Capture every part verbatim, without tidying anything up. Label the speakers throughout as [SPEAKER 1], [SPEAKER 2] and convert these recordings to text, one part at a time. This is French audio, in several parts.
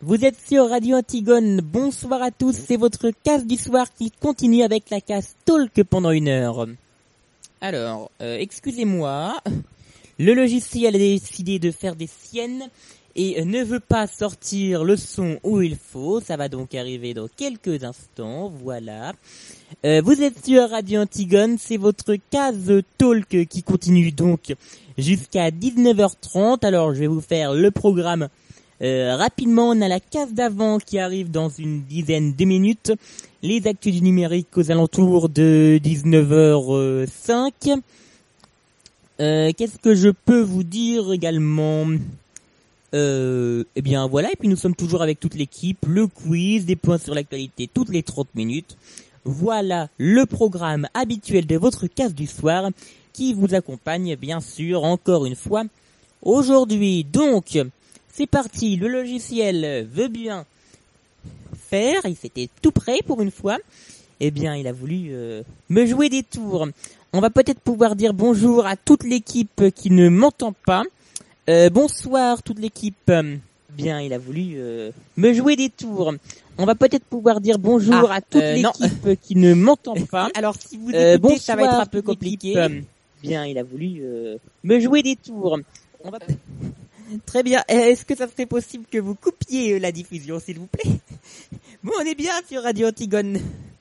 [SPEAKER 1] Vous êtes sur Radio Antigone, bonsoir à tous, c'est votre case du soir qui continue avec la case Talk pendant une heure. Alors, euh, excusez-moi, le logiciel a décidé de faire des siennes et ne veut pas sortir le son où il faut, ça va donc arriver dans quelques instants, voilà. Euh, vous êtes sur Radio Antigone, c'est votre case Talk qui continue donc jusqu'à dix-neuf heures trente, alors je vais vous faire le programme Euh, rapidement. On a la case d'avant qui arrive dans une dizaine de minutes. Les actus du numérique aux alentours de dix-neuf heures cinq. Euh, qu'est-ce que je peux vous dire également? euh, Eh bien voilà, et puis nous sommes toujours avec toute l'équipe. Le quiz, des points sur l'actualité toutes les trente minutes. Voilà le programme habituel de votre case du soir qui vous accompagne bien sûr encore une fois aujourd'hui. Donc c'est parti, le logiciel veut bien faire, il s'était tout prêt pour une fois. Eh bien, il a voulu euh, me jouer des tours. On va peut-être pouvoir dire bonjour à toute l'équipe qui ne m'entend pas. Euh, bonsoir toute l'équipe. Eh bien, il a voulu euh, me jouer des tours. On va peut-être pouvoir dire bonjour ah, à toute euh, l'équipe non. qui ne m'entend pas. Alors, si vous écoutez, euh, bonsoir, ça va être un peu compliqué. Eh bien, il a voulu euh, me jouer des tours. On va Très bien. Est-ce que ça serait possible que vous coupiez la diffusion, s'il vous plaît? Bon, on est bien sur Radio Antigone.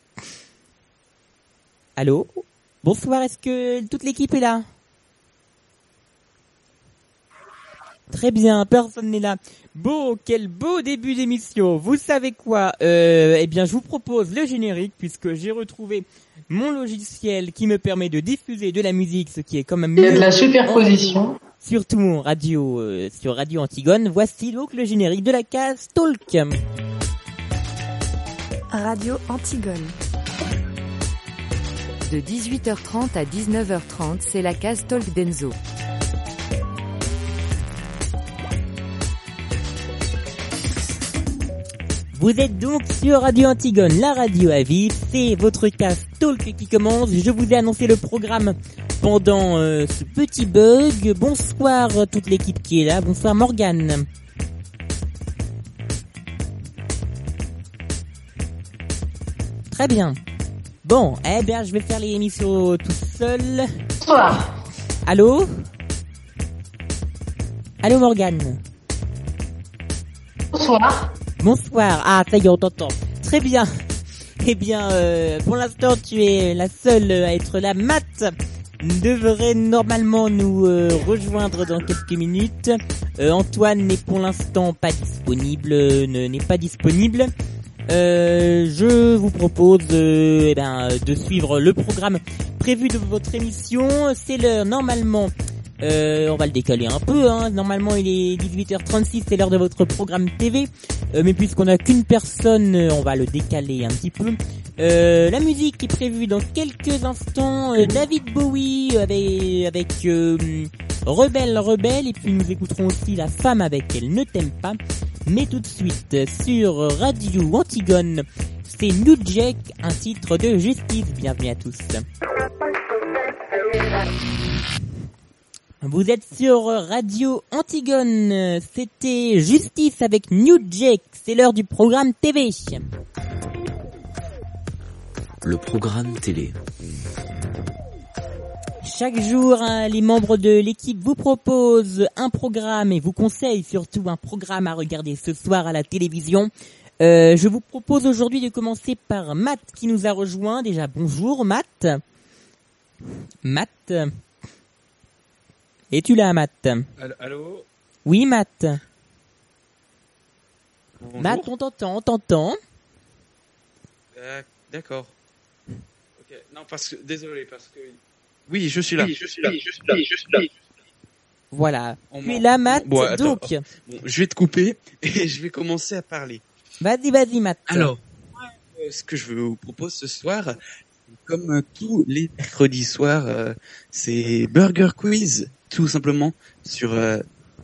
[SPEAKER 1] Allô? Bonsoir, est-ce que toute l'équipe est là? Très bien, personne n'est là. Bon, quel beau début d'émission. Vous savez quoi? euh, Eh bien, je vous propose le générique, puisque j'ai retrouvé mon logiciel qui me permet de diffuser de la musique, ce qui est quand même mieux.
[SPEAKER 2] Il y a de la superposition.
[SPEAKER 1] Surtout en radio, euh, sur Radio Antigone. Voici donc le générique de la case Talk.
[SPEAKER 3] Radio Antigone. De dix-huit heures trente à dix-neuf heures trente, c'est la case Talk d'Enzo.
[SPEAKER 1] Vous êtes donc sur Radio Antigone, la radio à vivre, c'est votre case Talk qui commence. Je vous ai annoncé le programme pendant euh, ce petit bug. Bonsoir toute l'équipe qui est là, bonsoir Morgane. Très bien. Bon, eh bien je vais faire les émissions tout seul.
[SPEAKER 2] Bonsoir.
[SPEAKER 1] Allô? Allô Morgane?
[SPEAKER 2] Bonsoir.
[SPEAKER 1] Bonsoir. Ah, ça y est, on t'entend. Très bien. Eh bien, euh, pour l'instant, tu es la seule à être là. Matt devrait normalement nous euh, rejoindre dans quelques minutes. Euh, Antoine n'est pour l'instant pas disponible, ne, n'est pas disponible. Euh, je vous propose euh, eh ben, de suivre le programme prévu de votre émission. C'est l'heure normalement. Euh, on va le décaler un peu, hein. Normalement il est dix-huit heures trente-six, c'est l'heure de votre programme T V, euh, mais puisqu'on n'a qu'une personne, euh, on va le décaler un petit peu. Euh, la musique est prévue dans quelques instants, euh, David Bowie avec, avec euh, Rebelle Rebelle, et puis nous écouterons aussi La femme avec elle ne t'aime pas. Mais tout de suite sur Radio Antigone, c'est New Jack, un titre de Justice. Bienvenue à tous. Vous êtes sur Radio Antigone, c'était Justice avec New Jack, c'est l'heure du programme T V.
[SPEAKER 4] Le programme télé.
[SPEAKER 1] Chaque jour, hein, les membres de l'équipe vous proposent un programme et vous conseillent surtout un programme à regarder ce soir à la télévision. Euh, je vous propose aujourd'hui de commencer par Matt qui nous a rejoint. Déjà, bonjour Matt. Matt. Es-tu là, Matt?
[SPEAKER 5] Allô, allô?
[SPEAKER 1] Oui, Matt.
[SPEAKER 5] Bonjour.
[SPEAKER 1] Matt, on t'entend, on t'entend.
[SPEAKER 5] Euh, d'accord. Ok. Non, parce que désolé, parce que oui, je suis là. Oui, je suis là. Oui, je suis là. Oui, je suis là.
[SPEAKER 1] Voilà.
[SPEAKER 5] On
[SPEAKER 1] tu es là, Matt.
[SPEAKER 5] Bon, attends.
[SPEAKER 1] Donc,
[SPEAKER 5] bon, je vais te couper et je vais commencer à parler.
[SPEAKER 1] Vas-y, vas-y, Matt.
[SPEAKER 5] Alors, euh, ce que je vous propose ce soir, comme euh, tous les mercredis soirs, euh, c'est Burger Quiz, tout simplement, sur... Euh...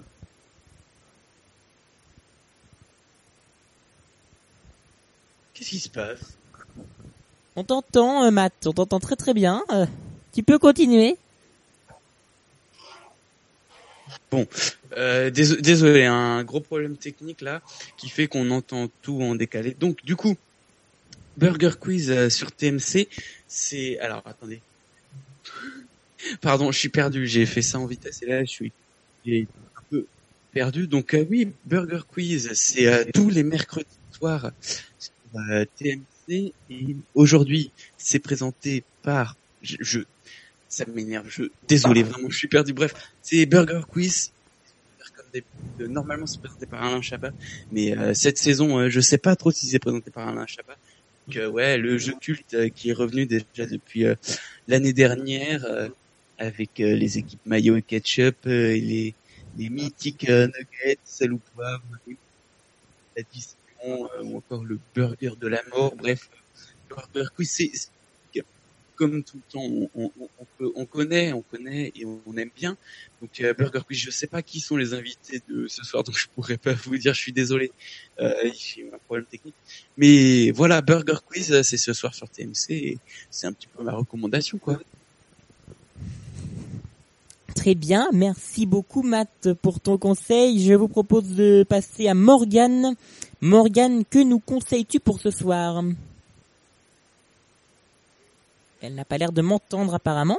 [SPEAKER 5] Qu'est-ce qui se passe?
[SPEAKER 1] On t'entend, euh, Matt. On t'entend très très bien. Euh, tu peux continuer.
[SPEAKER 5] Bon, Euh, dés- désolé, un gros problème technique là qui fait qu'on entend tout en décalé. Donc du coup, Burger Quiz euh, sur T M C, c'est alors attendez. Pardon, je suis perdu, j'ai fait ça en vitesse et là je suis j'ai un peu perdu. Donc euh, oui, Burger Quiz, c'est euh, tous les mercredis soirs sur euh, T M C et aujourd'hui, c'est présenté par je, je ça m'énerve, je désolé vraiment, je suis perdu. Bref, c'est Burger Quiz. Normalement, c'est présenté par Alain Chabat, mais euh, cette saison, euh, je sais pas trop si c'est présenté par Alain Chabat. Donc, euh, ouais, le jeu culte euh, qui est revenu déjà depuis euh, l'année dernière euh, avec euh, les équipes maillot et ketchup, euh, et les les mythiques euh, nuggets, sel ou poivre, la discussion euh, ou encore le burger de la mort. Bref, le Burger Quiz, c'est, c'est comme tout le temps, on, on, on, peut, on connaît, on connaît et on, on aime bien. Donc euh, Burger Quiz, je sais pas qui sont les invités de ce soir, donc je pourrais pas vous dire, je suis désolé, euh, j'ai eu un problème technique. Mais voilà, Burger Quiz, c'est ce soir sur T M C et c'est un petit peu ma recommandation, quoi.
[SPEAKER 1] Très bien, merci beaucoup Matt pour ton conseil. Je vous propose de passer à Morgane. Morgane, que nous conseilles-tu pour ce soir ? Elle n'a pas l'air de m'entendre apparemment.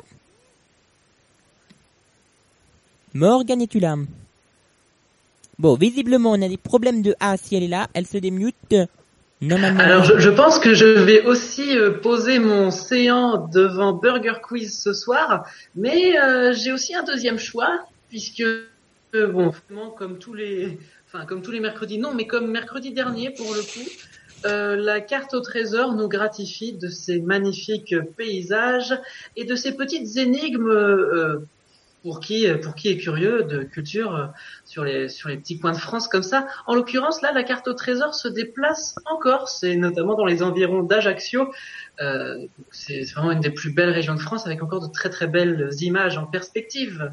[SPEAKER 1] Morgane, es-tu là ? Bon, visiblement, on a des problèmes de A si elle est là. Elle se démute. Normalement.
[SPEAKER 2] Alors, je, je pense que je vais aussi euh, poser mon séant devant Burger Quiz ce soir, mais euh, j'ai aussi un deuxième choix, puisque, euh, bon, vraiment, comme tous les, enfin, comme tous les mercredis, non, mais comme mercredi dernier, pour le coup, Euh, la carte au trésor nous gratifie de ces magnifiques paysages et de ces petites énigmes euh, pour qui pour qui est curieux de culture euh, sur les sur les petits coins de France comme ça. En l'occurrence, là, la carte au trésor se déplace en Corse et notamment dans les environs d'Ajaccio. Euh, c'est vraiment une des plus belles régions de France avec encore de très très belles images en perspective.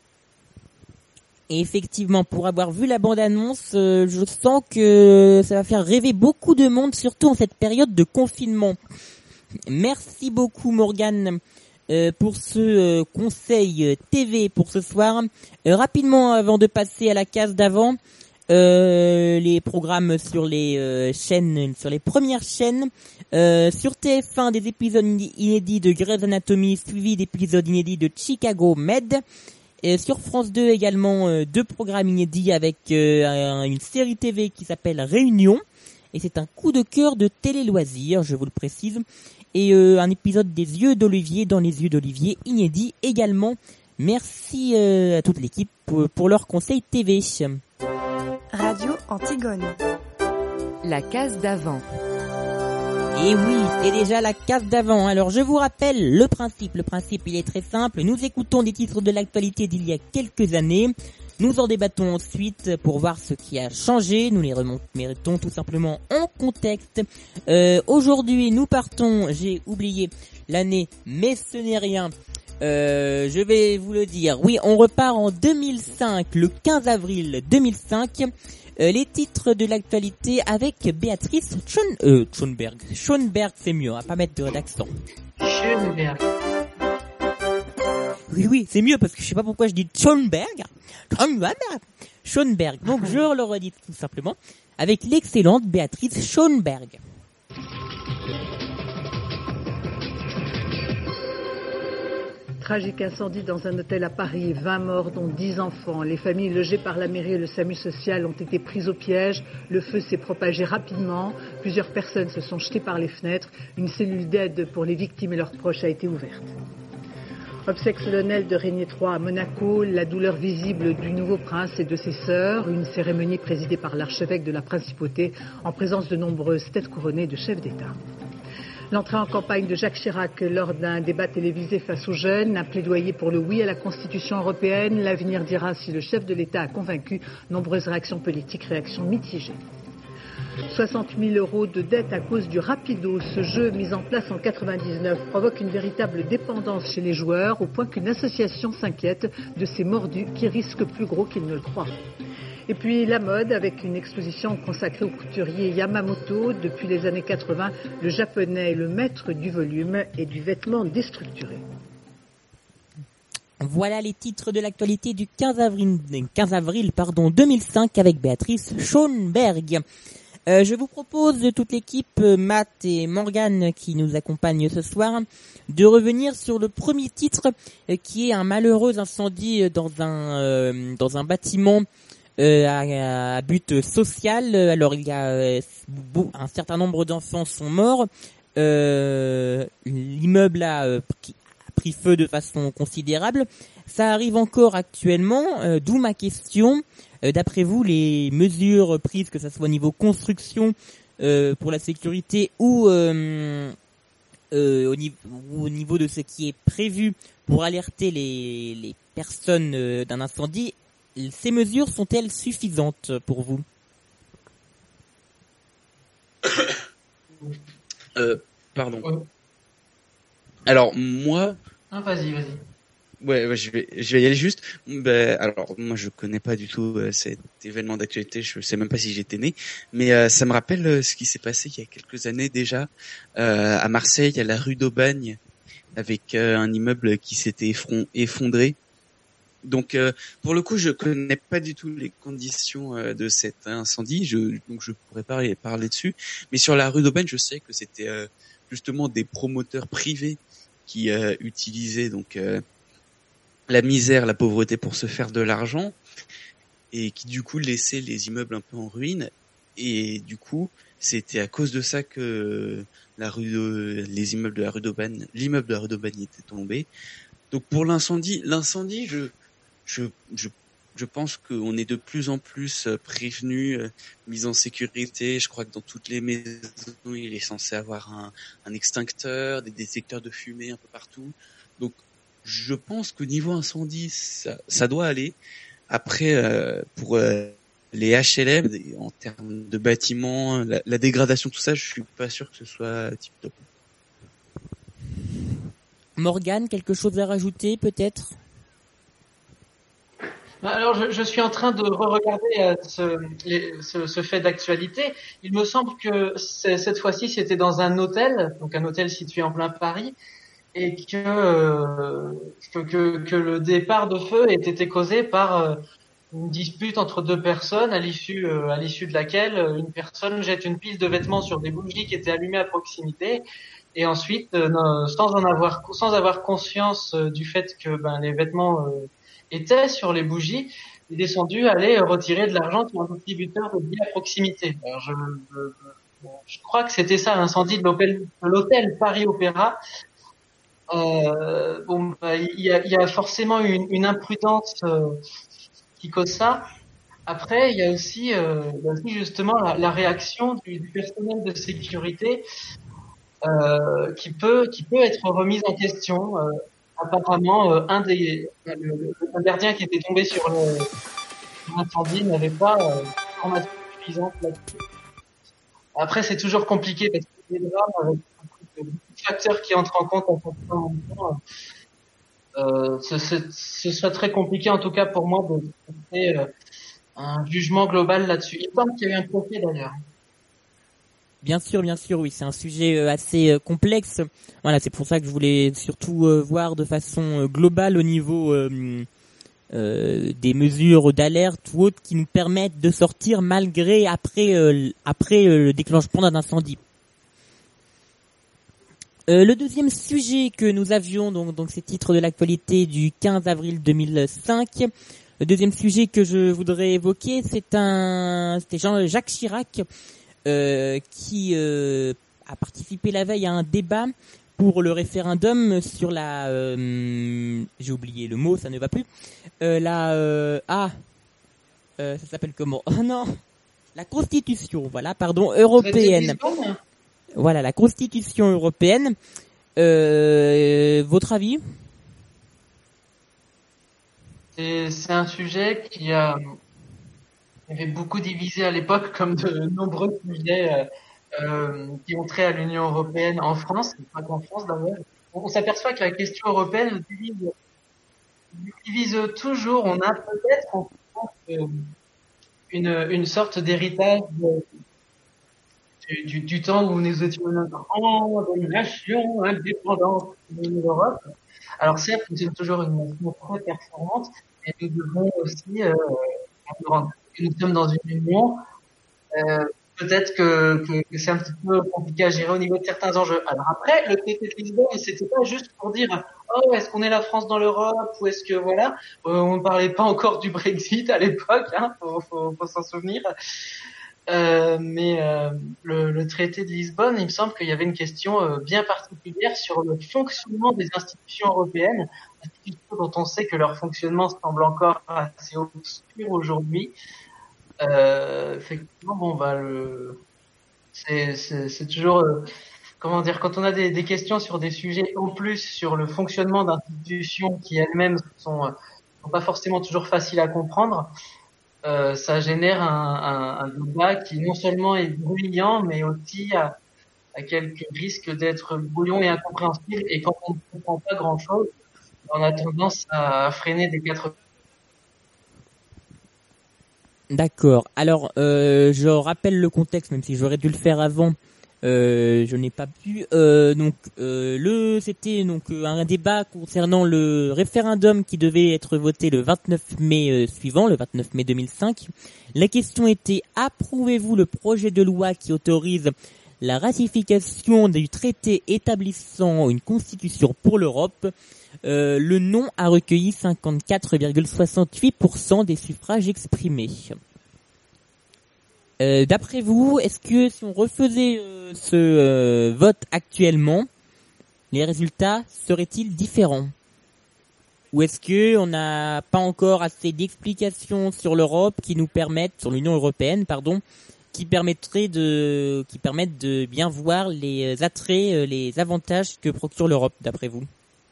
[SPEAKER 1] Et effectivement, pour avoir vu la bande-annonce, euh, je sens que ça va faire rêver beaucoup de monde, surtout en cette période de confinement. Merci beaucoup Morgane euh, pour ce euh, conseil T V pour ce soir. Euh, rapidement, avant de passer à la case d'avant, euh, les programmes sur les euh, chaînes, sur les premières chaînes. Euh, sur T F un, des épisodes inédits de Grey's Anatomy, suivis d'épisodes inédits de Chicago Med. Et sur France deux également, euh, deux programmes inédits avec euh, un, une série T V qui s'appelle Réunion. Et c'est un coup de cœur de télé-loisirs, je vous le précise. Et euh, un épisode des Yeux d'Olivier dans les Yeux d'Olivier, inédit également. Merci euh, à toute l'équipe pour, pour leur conseil T V.
[SPEAKER 6] Radio Antigone.
[SPEAKER 3] La case d'avant.
[SPEAKER 1] Et oui, c'est déjà la case d'avant. Alors je vous rappelle le principe. Le principe, il est très simple. Nous écoutons des titres de l'actualité d'il y a quelques années. Nous en débattons ensuite pour voir ce qui a changé. Nous les remettons tout simplement en contexte. Euh, aujourd'hui, nous partons, j'ai oublié l'année, mais ce n'est rien. Euh, je vais vous le dire. Oui, on repart en deux mille cinq, le quinze avril deux mille cinq. Euh, les titres de l'actualité avec Béatrice Schoen, euh, Schoenberg. Schoenberg, c'est mieux, on va pas mettre de d'accent.
[SPEAKER 2] Schoenberg.
[SPEAKER 1] Oui, oui, c'est mieux parce que je sais pas pourquoi je dis Schoenberg. Schoenberg. Schoenberg. Donc je le redis tout simplement avec l'excellente Béatrice Schoenberg.
[SPEAKER 7] Tragique incendie dans un hôtel à Paris, vingt morts dont dix enfants. Les familles logées par la mairie et le SAMU social ont été prises au piège. Le feu s'est propagé rapidement. Plusieurs personnes se sont jetées par les fenêtres. Une cellule d'aide pour les victimes et leurs proches a été ouverte. Obsèques solennelles de Régnier trois à Monaco, la douleur visible du nouveau prince et de ses sœurs, une cérémonie présidée par l'archevêque de la principauté en présence de nombreuses têtes couronnées de chefs d'État. L'entrée en campagne de Jacques Chirac lors d'un débat télévisé face aux jeunes, un plaidoyer pour le oui à la Constitution européenne. L'avenir dira si le chef de l'État a convaincu. Nombreuses réactions politiques, réactions mitigées. soixante mille euros de dette à cause du Rapido. Ce jeu mis en place en quatre-vingt-dix-neuf provoque une véritable dépendance chez les joueurs au point qu'une association s'inquiète de ces mordus qui risquent plus gros qu'ils ne le croient. Et puis la mode avec une exposition consacrée au couturier Yamamoto. Depuis les années quatre-vingts, le japonais est le maître du volume et du vêtement déstructuré.
[SPEAKER 1] Voilà les titres de l'actualité du quinze avril, quinze avril pardon, deux mille cinq avec Béatrice Schoenberg. Euh, je vous propose, toute l'équipe, Matt et Morgane qui nous accompagnent ce soir, de revenir sur le premier titre euh, qui est un malheureux incendie dans un euh, dans un bâtiment euh, à, à but social. Alors il y a euh, un certain nombre d'enfants sont morts. Euh, l'immeuble a euh, pris feu de façon considérable. Ça arrive encore actuellement, euh, d'où ma question. Euh, d'après vous, les mesures prises, que ce soit au niveau construction euh, pour la sécurité ou euh, euh, au, niveau, au niveau de ce qui est prévu pour alerter les, les personnes euh, d'un incendie, ces mesures sont-elles suffisantes pour vous ?
[SPEAKER 5] euh, Pardon. Ouais. Alors moi.
[SPEAKER 2] Ah, vas-y, vas-y.
[SPEAKER 5] Ouais, ouais, je vais, je vais y aller juste. Ben, alors, moi, je connais pas du tout euh, cet événement d'actualité. Je sais même pas si j'étais né, mais euh, ça me rappelle euh, ce qui s'est passé il y a quelques années déjà euh, à Marseille, à la rue d'Aubagne, avec euh, un immeuble qui s'était effron- effondré. Donc, euh, pour le coup, je connais pas du tout les conditions euh, de cet incendie. Je, donc, je pourrais pas parler dessus. Mais sur la rue d'Aubagne, je sais que c'était euh, justement des promoteurs privés qui euh, utilisaient donc euh, la misère, la pauvreté pour se faire de l'argent, et qui du coup laissaient les immeubles un peu en ruine. Et du coup, c'était à cause de ça que la rue de, les immeubles de la rue d'Aubagne, l'immeuble de la rue d'Aubagne était tombé. Donc pour l'incendie, l'incendie, je, je, je, je pense qu'on est de plus en plus prévenus, mis en sécurité. Je crois que dans toutes les maisons, il est censé avoir un, un extincteur, des détecteurs de fumée un peu partout. Donc je pense qu'au niveau incendie, ça, ça doit aller. Après, euh, pour euh, les H L M, en termes de bâtiments, la, la dégradation, tout ça, je suis pas sûr que ce soit tip top.
[SPEAKER 1] Morgane, quelque chose à rajouter peut-être ?
[SPEAKER 2] Alors, je, je suis en train de re-regarder euh, ce, les, ce, ce fait d'actualité. Il me semble que cette fois-ci, c'était dans un hôtel, donc un hôtel situé en plein Paris, et que, euh, que, que, que le départ de feu ait été causé par euh, une dispute entre deux personnes, à l'issue, euh, à l'issue de laquelle une personne jette une pile de vêtements sur des bougies qui étaient allumées à proximité, et ensuite, euh, sans en avoir, sans avoir conscience euh, du fait que ben, les vêtements euh, étaient sur les bougies, il est descendu aller retirer de l'argent sur un distributeur de billets à proximité. Alors, je, je, je crois que c'était ça l'incendie de l'hôtel, de l'hôtel Paris Opéra. Euh, bon, bah, il y a, il y a forcément une, une imprudence euh, qui cause ça. Après, il y a aussi, euh, il y a aussi justement la, la réaction du, du personnel de sécurité euh, qui peut, qui peut être remise en question. Euh, apparemment, euh, un des, le, le, le gardien qui était tombé sur le, l'incendie n'avait pas euh, formation suffisante là-dessus. Après, c'est toujours compliqué parce que les drames avec beaucoup de facteurs qui entrent en compte en même temps. Euh, ce, ce, ce serait très compliqué, en tout cas pour moi, de faire euh, un jugement global là-dessus. Il semble qu'il y a eu un procès d'ailleurs.
[SPEAKER 1] Bien sûr, bien sûr, oui, c'est un sujet euh, assez euh, complexe. Voilà, c'est pour ça que je voulais surtout euh, voir de façon euh, globale au niveau euh, euh, des mesures d'alerte ou autres qui nous permettent de sortir malgré après euh, après euh, le déclenchement d'un incendie. Euh, le deuxième sujet que nous avions, donc, donc ces titres de l'actualité du quinze avril deux mille cinq. Le deuxième sujet que je voudrais évoquer, c'est un, c'était Jean, Jacques Chirac, euh, qui euh, a participé la veille à un débat pour le référendum sur la, euh, j'ai oublié le mot, ça ne va plus, euh, la, euh, ah, euh, ça s'appelle comment ? Oh non, la Constitution, voilà, pardon, européenne. Voilà, la Constitution européenne. Euh, votre avis ?
[SPEAKER 2] C'est, c'est un sujet qui a, qui avait beaucoup divisé à l'époque, comme de nombreux sujets euh, euh, qui ont trait à l'Union européenne en France, pas qu'en France d'ailleurs. On, on s'aperçoit que la question européenne divise, divise toujours. On a peut-être en France euh, une, une sorte d'héritage de, du, du, du temps où nous étions une grande nation indépendante de l'Europe. Alors certes, nous sommes toujours une nation très performante, mais nous devons aussi, euh, nous sommes dans une union, euh, peut-être que, que, que c'est un petit peu compliqué à gérer au niveau de certains enjeux. Alors après, le traité de Lisbonne, c'était pas juste pour dire oh, est-ce qu'on est la France dans l'Europe ou est-ce que voilà, euh, on ne parlait pas encore du Brexit à l'époque, hein, faut, faut, faut s'en souvenir. Euh, mais euh, le, le traité de Lisbonne, il me semble qu'il y avait une question euh, bien particulière sur le fonctionnement des institutions européennes, institutions dont on sait que leur fonctionnement semble encore assez obscur aujourd'hui. Euh, effectivement, bon, bah, le, c'est, c'est, c'est toujours, euh, comment dire, quand on a des, des questions sur des sujets en plus sur le fonctionnement d'institutions qui elles-mêmes sont, sont pas forcément toujours faciles à comprendre. Euh, ça génère un, un, un débat qui non seulement est bruyant, mais aussi a, a quelques risques d'être brouillon et incompréhensible. Et quand on ne comprend pas grand-chose, on a tendance à freiner des quatre.
[SPEAKER 1] D'accord. Alors, euh, je rappelle le contexte, même si j'aurais dû le faire avant. Euh, je n'ai pas pu. Euh, donc, euh, le, c'était donc un débat concernant le référendum qui devait être voté le vingt-neuf mai euh, suivant, le vingt-neuf mai deux mille cinq. La question était approuvez-vous le projet de loi qui autorise la ratification du traité établissant une constitution pour l'Europe? Euh, le non a recueilli cinquante-quatre virgule soixante-huit pour cent des suffrages exprimés. Euh, d'après vous, est-ce que si on refaisait euh, ce euh, vote actuellement, les résultats seraient-ils différents? Ou est-ce que on n'a pas encore assez d'explications sur l'Europe qui nous permettent, sur l'Union européenne, pardon, qui permettraient de, qui permettent de bien voir les attraits, les avantages que procure l'Europe, d'après vous?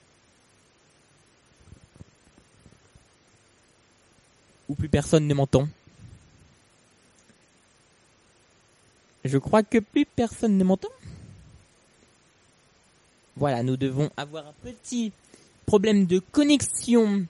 [SPEAKER 1] Ou plus personne ne m'entend? Je crois que plus personne ne m'entend. Voilà, nous devons avoir un petit problème de connexion.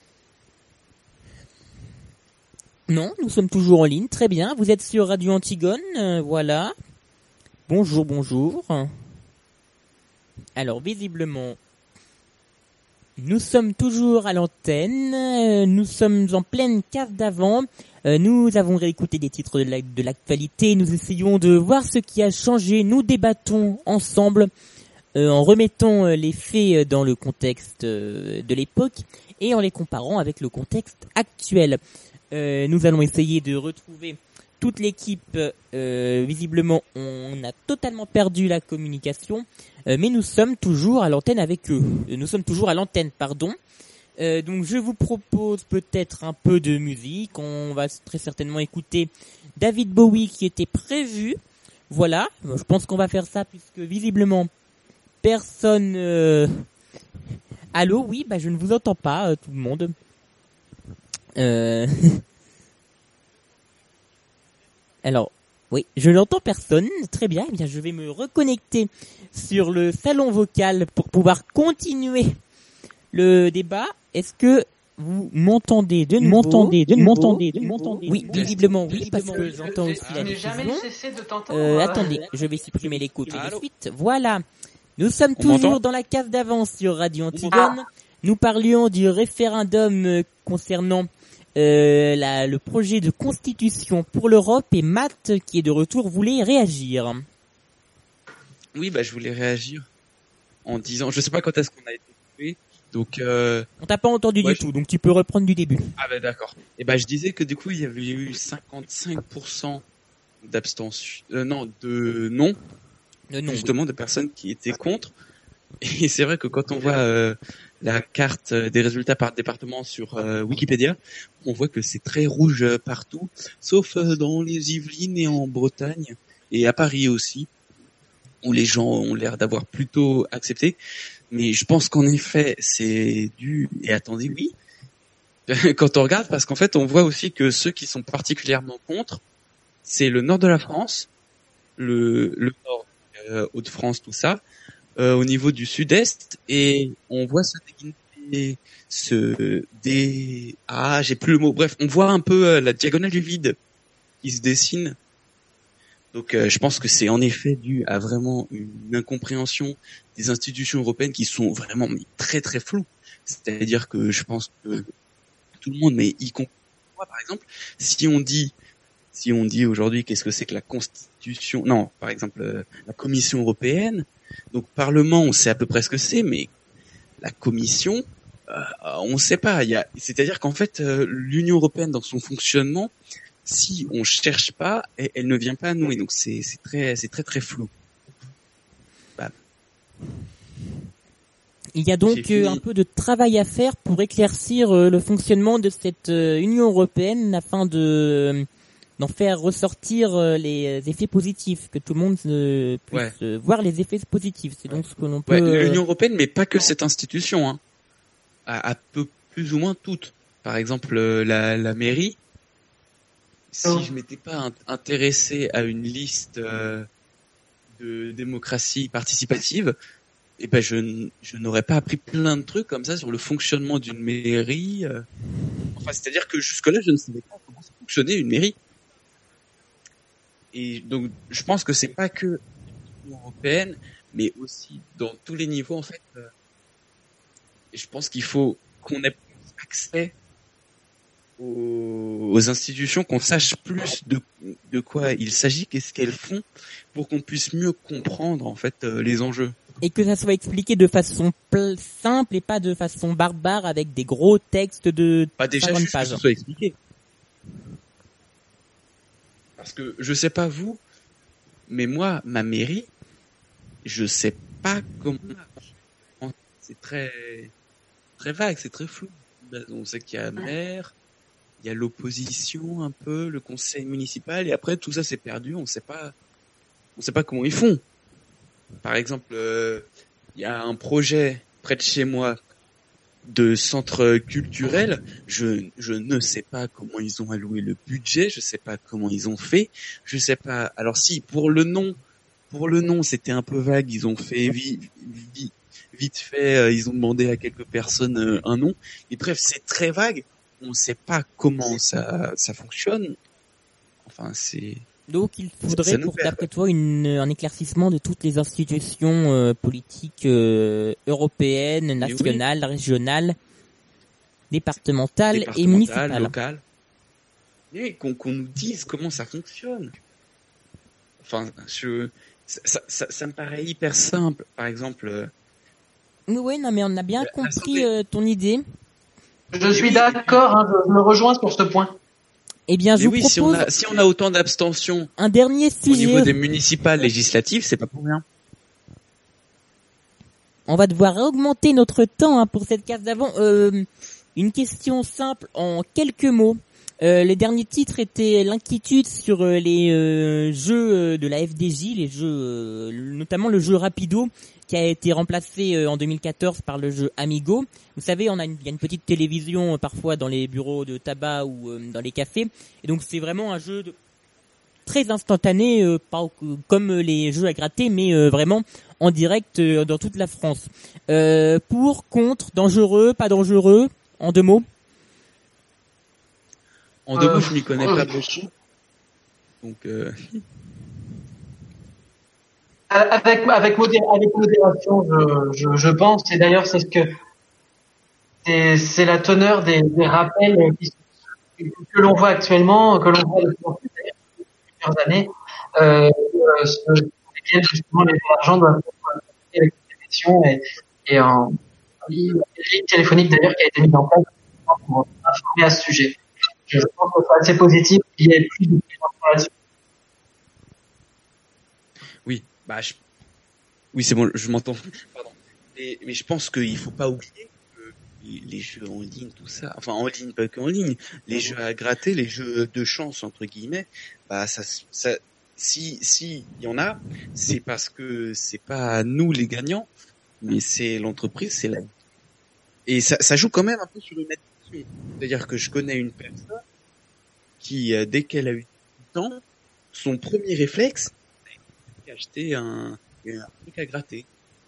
[SPEAKER 1] Non, nous sommes toujours en ligne, très bien. Vous êtes sur Radio Antigone, euh, voilà. Bonjour, bonjour. Alors, visiblement, nous sommes toujours à l'antenne, euh, nous sommes en pleine case d'avant. Euh, nous avons réécouté des titres de, la, de l'actualité, nous essayons de voir ce qui a changé, nous débattons ensemble euh, en remettant euh, les faits dans le contexte euh, de l'époque et en les comparant avec le contexte actuel. Euh, nous allons essayer de retrouver toute l'équipe, euh, visiblement on a totalement perdu la communication, euh, mais nous sommes toujours à l'antenne avec eux, nous sommes toujours à l'antenne, pardon. Euh, donc je vous propose peut-être un peu de musique. On va très certainement écouter David Bowie qui était prévu. Voilà, je pense qu'on va faire ça puisque visiblement personne... Euh... Allô, oui, bah je ne vous entends pas, euh, tout le monde. Euh... Alors, oui, je n'entends personne. Très bien, eh bien je vais me reconnecter sur le salon vocal pour pouvoir continuer le débat. Est-ce que vous m'entendez de nouveau? M'entendez de nouveau? M'entendez de m'entendez? Oui, visiblement oui, parce que j'entends aussi la diffusion. Euh, attendez, je vais supprimer l'écoute tout de suite. Voilà. Nous sommes
[SPEAKER 5] On
[SPEAKER 1] toujours
[SPEAKER 5] m'entend
[SPEAKER 1] dans la case d'avance sur Radio Antigone. Ah. Nous parlions du référendum concernant euh, la, le projet de constitution pour l'Europe et Matt, qui est de retour, voulait réagir.
[SPEAKER 5] Oui, bah je voulais réagir en disant, je sais pas quand est-ce qu'on a été coupé. Donc, euh,
[SPEAKER 1] on t'a pas entendu du je... tout, donc tu peux reprendre du début.
[SPEAKER 5] Ah ben bah, d'accord. Et ben bah, je disais que du coup il y avait eu cinquante-cinq pour cent d'abstention, euh, non, de non, de non justement oui. de personnes qui étaient contre. Et c'est vrai que quand on voit euh, la carte des résultats par département sur euh, Wikipédia, on voit que c'est très rouge partout, sauf euh, dans les Yvelines et en Bretagne et à Paris aussi, où les gens ont l'air d'avoir plutôt accepté. Mais je pense qu'en effet, c'est dû... Et attendez, oui, quand on regarde, parce qu'en fait, on voit aussi que ceux qui sont particulièrement contre, c'est le nord de la France, le, le nord, euh, Hauts-de-France, tout ça, euh, au niveau du sud-est, et on voit se déguiner, se dé... Ah, j'ai plus le mot. Bref, on voit un peu euh, la diagonale du vide qui se dessine Donc euh, je pense que c'est en effet dû à vraiment une incompréhension des institutions européennes qui sont vraiment mais, très très floues. C'est-à-dire que je pense que tout le monde, mais y compris moi par exemple, si on dit si on dit aujourd'hui qu'est-ce que c'est que la Constitution, non, par exemple euh, la Commission européenne, donc Parlement, on sait à peu près ce que c'est, mais la Commission, euh, on ne sait pas. Il y a, c'est-à-dire qu'en fait, euh, l'Union européenne dans son fonctionnement, si on cherche pas, elle, elle ne vient pas à nous, et donc c'est, c'est très, c'est très très flou. Bah.
[SPEAKER 1] Il y a donc euh, un peu de travail à faire pour éclaircir euh, le fonctionnement de cette euh, Union européenne afin de euh, d'en faire ressortir euh, les effets positifs, que tout le monde euh, puisse ouais. euh, voir les effets positifs. C'est donc ce que l'on peut.
[SPEAKER 5] Ouais, l'Union européenne, mais pas que cette institution, hein, à, à peu plus ou moins toutes. Par exemple, euh, la, la mairie. Si oh. je m'étais pas int- intéressé à une liste euh, de démocratie participative, eh ben je, je n'aurais pas appris plein de trucs comme ça sur le fonctionnement d'une mairie. Euh. Enfin, c'est-à-dire que jusque-là, je ne savais pas comment ça fonctionnait une mairie. Et donc, je pense que c'est pas que l'Union européenne, mais aussi dans tous les niveaux en fait. Euh, et je pense qu'il faut qu'on ait plus accès aux institutions, qu'on sache plus de, de quoi il s'agit, qu'est-ce qu'elles font, pour qu'on puisse mieux comprendre en fait euh, les enjeux.
[SPEAKER 1] Et que ça soit expliqué de façon pl- simple et pas de façon barbare avec des gros textes de
[SPEAKER 5] pas déjà
[SPEAKER 1] cinquante
[SPEAKER 5] juste
[SPEAKER 1] pages.
[SPEAKER 5] Que ce soit expliqué. Parce que je sais pas vous, mais moi, ma mairie, je sais pas comment. C'est très très vague, c'est très flou. On sait qu'il y a un maire. Il y a l'opposition un peu, le conseil municipal, et après tout ça c'est perdu, on sait pas, on sait pas comment ils font. Par exemple, euh, il y a un projet près de chez moi de centre culturel, je je ne sais pas comment ils ont alloué le budget, je sais pas comment ils ont fait, je sais pas. Alors si pour le nom, pour le nom c'était un peu vague, ils ont fait vite vite, vite fait, euh, ils ont demandé à quelques personnes euh, un nom, et bref c'est très vague. On ne sait pas comment ça ça fonctionne. Enfin, c'est.
[SPEAKER 1] Donc, il faudrait, pour d'après toi, une, un éclaircissement de toutes les institutions euh, politiques euh, européennes, nationales, oui. régionales, départementales, départementales et municipales,
[SPEAKER 5] locales. Et qu'on, qu'on nous dise comment ça fonctionne. Enfin, je, ça, ça, ça me paraît hyper simple. Par exemple. Euh,
[SPEAKER 1] oui, non, mais on a bien compris euh, ton idée.
[SPEAKER 2] Je suis d'accord, hein, je me rejoins sur ce point.
[SPEAKER 1] Eh bien, je
[SPEAKER 5] Mais
[SPEAKER 1] vous
[SPEAKER 5] oui,
[SPEAKER 1] propose
[SPEAKER 5] si on a, si on a autant d'abstention
[SPEAKER 1] un dernier sujet
[SPEAKER 5] au niveau des municipales législatives, c'est pas pour rien.
[SPEAKER 1] On va devoir augmenter notre temps hein, pour cette case d'avant. Euh, une question simple en quelques mots. Euh, les derniers titres étaient l'inquiétude sur euh, les euh, jeux euh, de la F D J, les jeux, euh, notamment le jeu Rapido, qui a été remplacé euh, en deux mille quatorze par le jeu Amigo. Vous savez, on a une, il y a une petite télévision euh, parfois dans les bureaux de tabac ou euh, dans les cafés, et donc c'est vraiment un jeu de, très instantané, euh, pas comme les jeux à gratter, mais euh, vraiment en direct euh, dans toute la France. Euh, pour, contre, dangereux, pas dangereux, en deux mots.
[SPEAKER 5] En deux mots, euh, je m'y connais euh, pas beaucoup. Donc, euh...
[SPEAKER 2] avec avec, modé- avec modération, je, je, je pense. Et d'ailleurs, c'est ce que c'est, c'est la teneur des, des rappels qui, que l'on voit actuellement, que l'on voit depuis plusieurs années, euh, sur lesquels justement les argents doivent être avec les élections et, et en ligne téléphonique d'ailleurs qui a été mise en place pour informer à ce sujet. Je pense que c'est assez positif qu'il y ait plus de informations.
[SPEAKER 5] Oui, bah, je... oui, c'est bon, je m'entends. Pardon. Et, mais je pense qu'il faut pas oublier que les jeux en ligne, tout ça, enfin en ligne, pas qu'en ligne, les jeux à gratter, les jeux de chance entre guillemets, bah ça, ça, si, si il y en a, c'est parce que c'est pas nous les gagnants, mais c'est l'entreprise, c'est la. Et ça, ça joue quand même un peu sur une attitude. C'est-à-dire que je connais une personne qui, euh, dès qu'elle a eu du temps, son premier réflexe, c'est d'acheter un, un truc à gratter.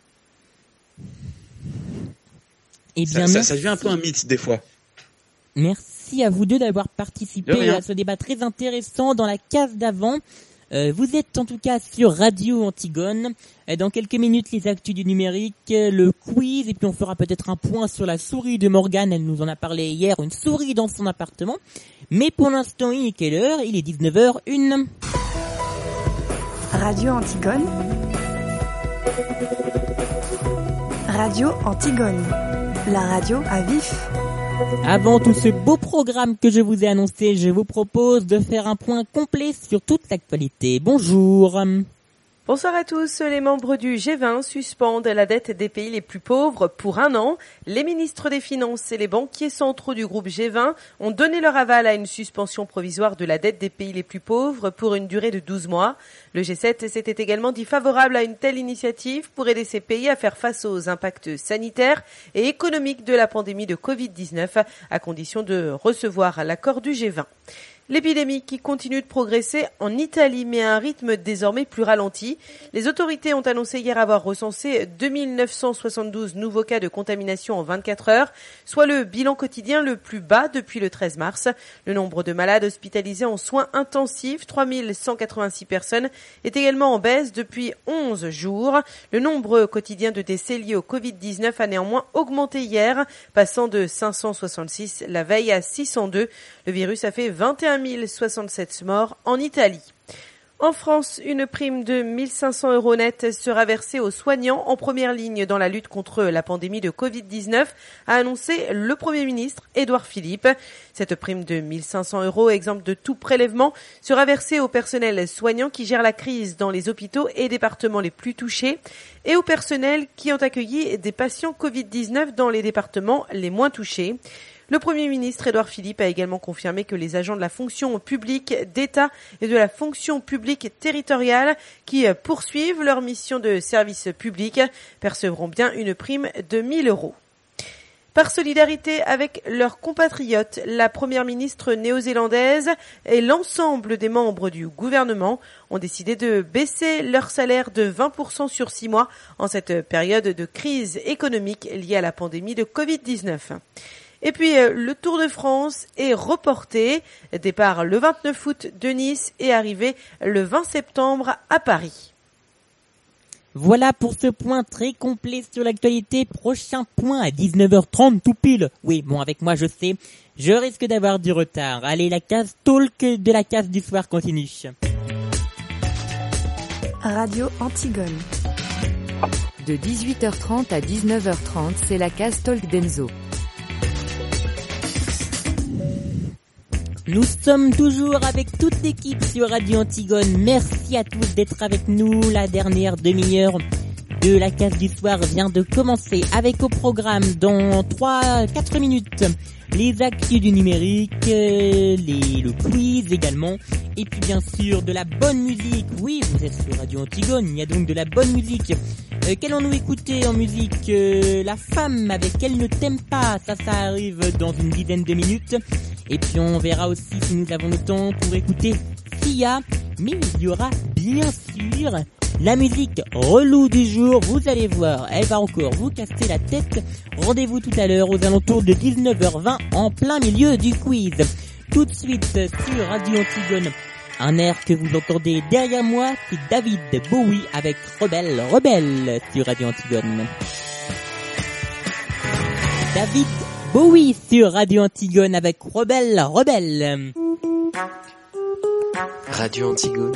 [SPEAKER 1] Eh bien,
[SPEAKER 5] ça, ça, ça devient un peu un mythe des fois.
[SPEAKER 1] Merci à vous deux d'avoir participé à ce débat très intéressant dans la case d'avant. Euh, vous êtes en tout cas sur Radio Antigone. Euh, dans quelques minutes, les actus du numérique, euh, le quiz, et puis on fera peut-être un point sur la souris de Morgane. Elle nous en a parlé hier, une souris dans son appartement. Mais pour l'instant, il est quelle heure ? Il est dix-neuf heures zéro un.
[SPEAKER 6] Radio Antigone. Radio Antigone. La radio à vif.
[SPEAKER 1] Avant tout ce beau programme que je vous ai annoncé, je vous propose de faire un point complet sur toute l'actualité. Bonjour.
[SPEAKER 8] Bonsoir à tous. Les membres du G vingt suspendent la dette des pays les plus pauvres pour un an. Les ministres des Finances et les banquiers centraux du groupe G vingt ont donné leur aval à une suspension provisoire de la dette des pays les plus pauvres pour une durée de douze mois. Le G sept s'était également dit favorable à une telle initiative pour aider ces pays à faire face aux impacts sanitaires et économiques de la pandémie de covid dix-neuf, à condition de recevoir l'accord du G vingt. L'épidémie qui continue de progresser en Italie, mais à un rythme désormais plus ralenti. Les autorités ont annoncé hier avoir recensé deux mille neuf cent soixante-douze nouveaux cas de contamination en vingt-quatre heures, soit le bilan quotidien le plus bas depuis le treize mars. Le nombre de malades hospitalisés en soins intensifs, trois mille cent quatre-vingt-six personnes, est également en baisse depuis onze jours. Le nombre quotidien de décès liés au covid dix-neuf a néanmoins augmenté hier, passant de cinq cent soixante-six la veille à six cent deux. Le virus a fait vingt et un mille soixante-sept morts en Italie. En France, une prime de mille cinq cents euros net sera versée aux soignants en première ligne dans la lutte contre la pandémie de covid dix-neuf, a annoncé le Premier ministre Édouard Philippe. Cette prime de mille cinq cents euros, exempte de tout prélèvement, sera versée au personnel soignant qui gère la crise dans les hôpitaux et départements les plus touchés et au personnel qui ont accueilli des patients covid dix-neuf dans les départements les moins touchés. Le Premier ministre Édouard Philippe a également confirmé que les agents de la fonction publique d'État et de la fonction publique territoriale qui poursuivent leur mission de service public percevront bien une prime de mille euros. Par solidarité avec leurs compatriotes, la première ministre néo-zélandaise et l'ensemble des membres du gouvernement ont décidé de baisser leur salaire de vingt pour cent sur six mois en cette période de crise économique liée à la pandémie de covid dix-neuf. Et puis, le Tour de France est reporté. Départ le vingt-neuf août de Nice et arrivée le vingt septembre à Paris.
[SPEAKER 1] Voilà pour ce point très complet sur l'actualité. Prochain point à dix-neuf heures trente tout pile. Oui, bon, avec moi, je sais, je risque d'avoir du retard. Allez, la case talk de la case du soir continue.
[SPEAKER 6] Radio Antigone.
[SPEAKER 3] De dix-huit heures trente à dix-neuf heures trente, c'est la case talk d'Enzo.
[SPEAKER 1] Nous sommes toujours avec toute l'équipe sur Radio Antigone. Merci à tous d'être avec nous. La dernière demi-heure de la case du soir vient de commencer avec au programme dans trois quatre minutes les actus du numérique, euh, les, le quiz également, et puis bien sûr de la bonne musique. Oui, vous êtes sur Radio Antigone, il y a donc de la bonne musique. Euh, qu'allons-nous écouter en musique? euh, La femme avec Elle ne t'aime pas, ça ça arrive dans une dizaine de minutes. Et puis on verra aussi si nous avons le temps pour écouter Sia, mais il y aura bien sûr la musique relou du jour. Vous allez voir, elle va encore vous casser la tête. Rendez-vous tout à l'heure aux alentours de dix-neuf heures vingt en plein milieu du quiz. Tout de suite sur Radio Antigone, un air que vous entendez derrière moi, c'est David Bowie avec Rebelle, Rebelle sur Radio Antigone. David Bowie sur Radio Antigone avec Rebelle, Rebelle.
[SPEAKER 4] Radio Antigone.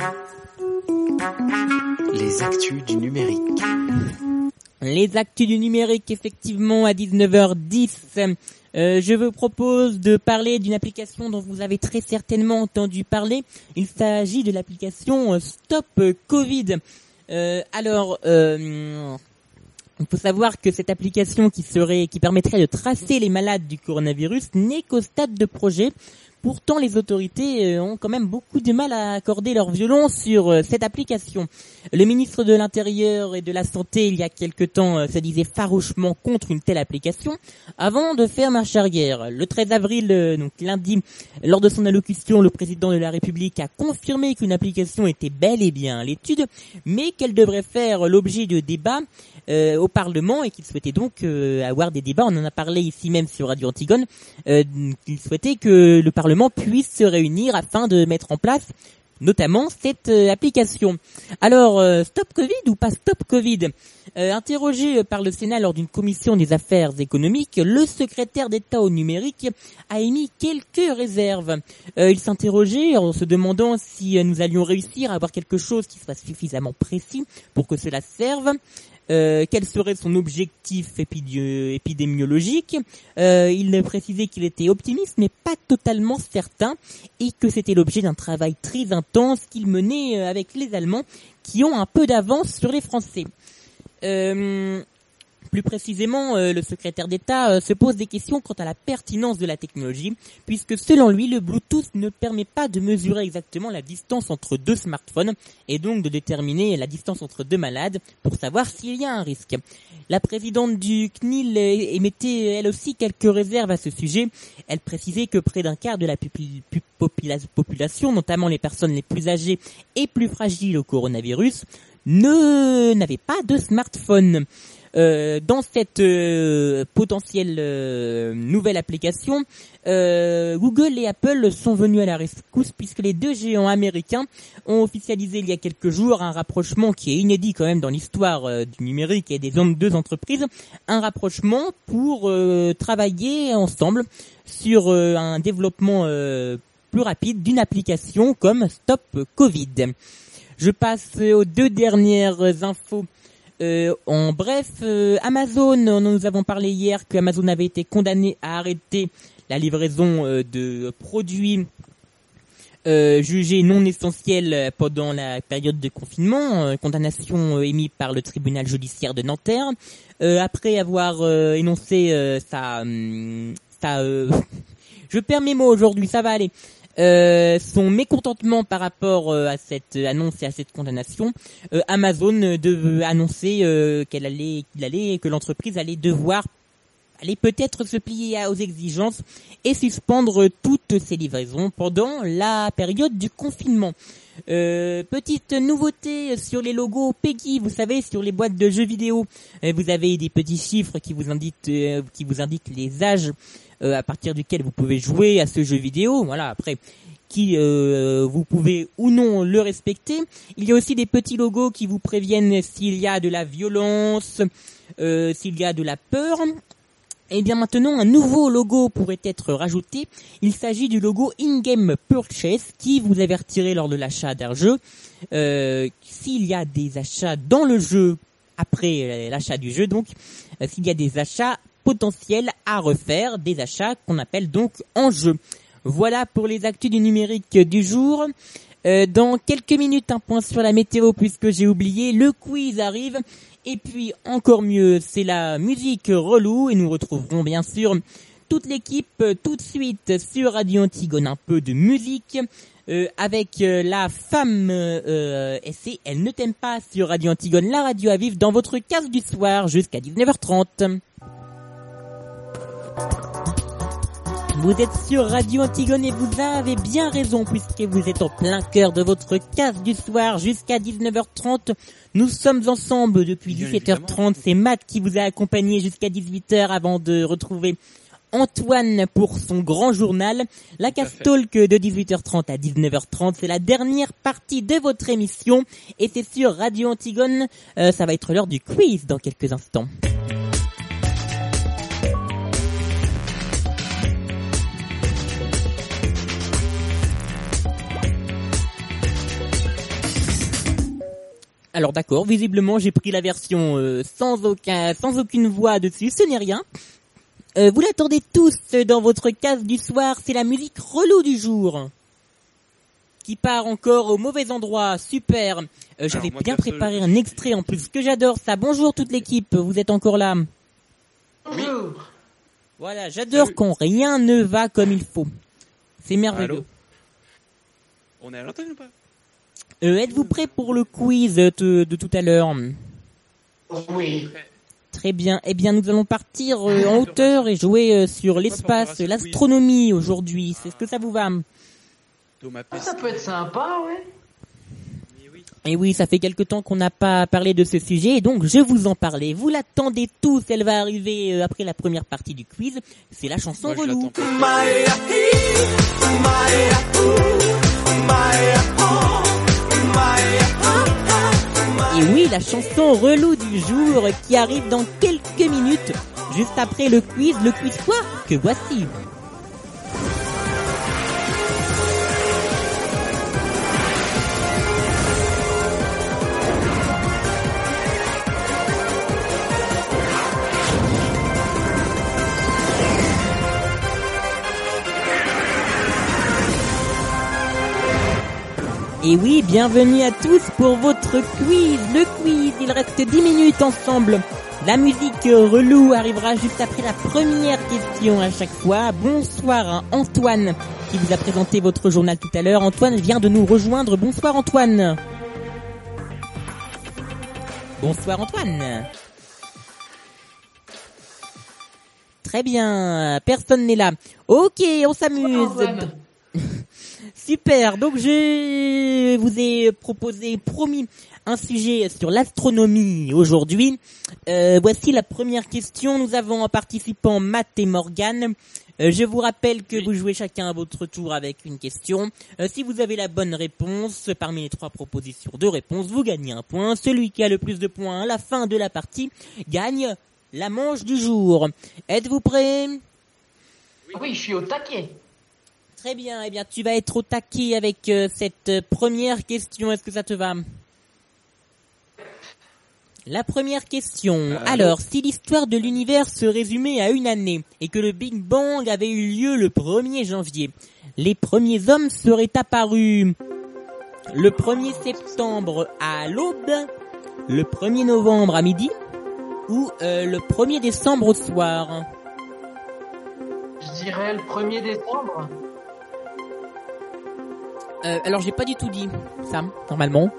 [SPEAKER 4] Les actus du numérique.
[SPEAKER 1] Les actus du numérique, effectivement, à dix-neuf heures dix. Euh, je vous propose de parler d'une application dont vous avez très certainement entendu parler. Il s'agit de l'application Stop Covid. Euh, alors, euh, il faut savoir que cette application qui serait, qui permettrait de tracer les malades du coronavirus n'est qu'au stade de projet. Pourtant, les autorités ont quand même beaucoup de mal à accorder leur violon sur cette application. Le ministre de l'Intérieur et de la Santé, il y a quelque temps, se disait farouchement contre une telle application avant de faire marche arrière. Le treize avril, donc lundi, lors de son allocution, le président de la République a confirmé qu'une application était bel et bien à l'étude, mais qu'elle devrait faire l'objet de débats euh, au Parlement et qu'il souhaitait donc euh, avoir des débats. On en a parlé ici même sur Radio Antigone. Euh, qu'il souhaitait que le Parlement puisse se réunir afin de mettre en place notamment cette euh, application. Alors, euh, Stop Covid ou pas Stop Covid? euh, Interrogé par le Sénat lors d'une commission des affaires économiques, le secrétaire d'État au numérique a émis quelques réserves. Euh, il s'interrogeait en se demandant si euh, nous allions réussir à avoir quelque chose qui soit suffisamment précis pour que cela serve. Euh, quel serait son objectif épidé- épidémiologique. Euh, il précisait qu'il était optimiste mais pas totalement certain et que c'était l'objet d'un travail très intense qu'il menait avec les Allemands qui ont un peu d'avance sur les Français. Euh, plus précisément, euh, le secrétaire d'État euh, se pose des questions quant à la pertinence de la technologie, puisque selon lui, le Bluetooth ne permet pas de mesurer exactement la distance entre deux smartphones, et donc de déterminer la distance entre deux malades pour savoir s'il y a un risque. La présidente du C N I L émettait elle aussi quelques réserves à ce sujet. Elle précisait que près d'un quart de la pupi- pu- popula- population, notamment les personnes les plus âgées et plus fragiles au coronavirus, ne n'avaient pas de smartphone. Euh, dans cette euh, potentielle euh, nouvelle application, euh, Google et Apple sont venus à la rescousse puisque les deux géants américains ont officialisé il y a quelques jours un rapprochement qui est inédit quand même dans l'histoire euh, du numérique et des deux entreprises, un rapprochement pour euh, travailler ensemble sur euh, un développement euh, plus rapide d'une application comme Stop Covid. Je passe aux deux dernières infos. Euh, en bref, euh, Amazon, nous avons parlé hier que Amazon avait été condamné à arrêter la livraison euh, de produits euh, jugés non essentiels pendant la période de confinement, euh, condamnation euh, émise par le tribunal judiciaire de Nanterre, euh, après avoir euh, énoncé euh, sa... Euh, sa euh, je perds mes mots aujourd'hui, ça va aller. Euh, son mécontentement par rapport euh, à cette annonce et à cette condamnation, euh, Amazon devait annoncer euh, qu'elle allait, qu'il allait, que l'entreprise allait devoir, allait peut-être se plier aux exigences et suspendre toutes ses livraisons pendant la période du confinement. Euh, petite nouveauté sur les logos Peggy, vous savez, sur les boîtes de jeux vidéo, euh, vous avez des petits chiffres qui vous indiquent, euh, qui vous indiquent les âges euh, à partir duquel vous pouvez jouer à ce jeu vidéo. Voilà, après, qui euh, vous pouvez ou non le respecter. Il y a aussi des petits logos qui vous préviennent s'il y a de la violence, euh, s'il y a de la peur. Et bien maintenant, un nouveau logo pourrait être rajouté. Il s'agit du logo In-Game Purchase qui vous avertirait lors de l'achat d'un jeu euh, s'il y a des achats dans le jeu après l'achat du jeu, donc euh, s'il y a des achats potentiels à refaire, des achats qu'on appelle donc en jeu. Voilà pour les actus du numérique du jour. Euh, dans quelques minutes, un point sur la météo puisque j'ai oublié, le quiz arrive. Et puis, encore mieux, c'est la musique relou et nous retrouverons bien sûr toute l'équipe euh, tout de suite sur Radio Antigone. Un peu de musique euh, avec euh, la femme euh, et c'est Elle ne t'aime pas sur Radio Antigone, la radio à vivre dans votre case du soir jusqu'à dix-neuf heures trente. Vous êtes sur Radio Antigone et vous avez bien raison puisque vous êtes en plein cœur de votre case du soir jusqu'à dix-neuf heures trente. Nous sommes ensemble depuis dix-sept heures trente. C'est Matt qui vous a accompagné jusqu'à dix-huit heures avant de retrouver Antoine pour son grand journal. La case talk de dix-huit heures trente à dix-neuf heures trente, c'est la dernière partie de votre émission et c'est sur Radio Antigone. Euh, ça va être l'heure du quiz dans quelques instants. Alors d'accord, visiblement j'ai pris la version euh, sans aucun, sans aucune voix dessus, ce n'est rien. Euh, vous l'attendez tous dans votre case du soir, c'est la musique relou du jour. Qui part encore au mauvais endroit, super. Euh, J'avais bien préparé un extrait en plus, que j'adore ça. Bonjour toute l'équipe, vous êtes encore là?
[SPEAKER 2] Bonjour.
[SPEAKER 1] Voilà, j'adore quand rien ne va comme il faut. C'est merveilleux.
[SPEAKER 5] Allô, on est à l'antenne ou pas?
[SPEAKER 1] Euh, êtes-vous prêts pour le quiz de, de tout à l'heure?
[SPEAKER 2] Oui.
[SPEAKER 1] Très bien. Eh bien, nous allons partir euh, en hauteur et jouer euh, sur l'espace, l'astronomie aujourd'hui. C'est ce que ça vous va?
[SPEAKER 2] Ah, ça peut être sympa, ouais.
[SPEAKER 1] Et oui, ça fait quelque temps qu'on n'a pas parlé de ce sujet, et donc je vous en parlais. Vous l'attendez tous, elle va arriver euh, après la première partie du quiz. C'est la chanson
[SPEAKER 5] Moi, je
[SPEAKER 1] relou.
[SPEAKER 5] l'attends pas.
[SPEAKER 1] Et oui, la chanson relou du jour qui arrive dans quelques minutes, juste après le quiz, le quiz quoi que voici. Et oui, bienvenue à tous pour votre quiz, le quiz, il reste dix minutes ensemble. La musique relou arrivera juste après la première question à chaque fois. Bonsoir à Antoine qui vous a présenté votre journal tout à l'heure. Antoine vient de nous rejoindre. Bonsoir Antoine. Bonsoir Antoine. Très bien, personne n'est là. Ok, on s'amuse. Super, donc je vous ai proposé, promis, un sujet sur l'astronomie aujourd'hui. Euh, voici la première question. Nous avons en participant Matt et Morgane. Euh, je vous rappelle que vous jouez chacun à votre tour avec une question. Euh, si vous avez la bonne réponse, parmi les trois propositions de réponse, vous gagnez un point. Celui qui a le plus de points à la fin de la partie gagne la manche du jour. Êtes-vous prêts ?
[SPEAKER 2] Oui, je suis au taquet.
[SPEAKER 1] Très bien, eh bien tu vas être au taquet avec euh, cette euh, première question, est-ce que ça te va ? La première question, euh, alors, si l'histoire de l'univers se résumait à une année et que le Big Bang avait eu lieu le premier janvier, les premiers hommes seraient apparus le premier septembre à l'aube, le premier novembre à midi ou euh, le premier décembre au soir ?
[SPEAKER 2] Je dirais le premier décembre.
[SPEAKER 1] Euh, alors j'ai pas du tout dit ça, normalement.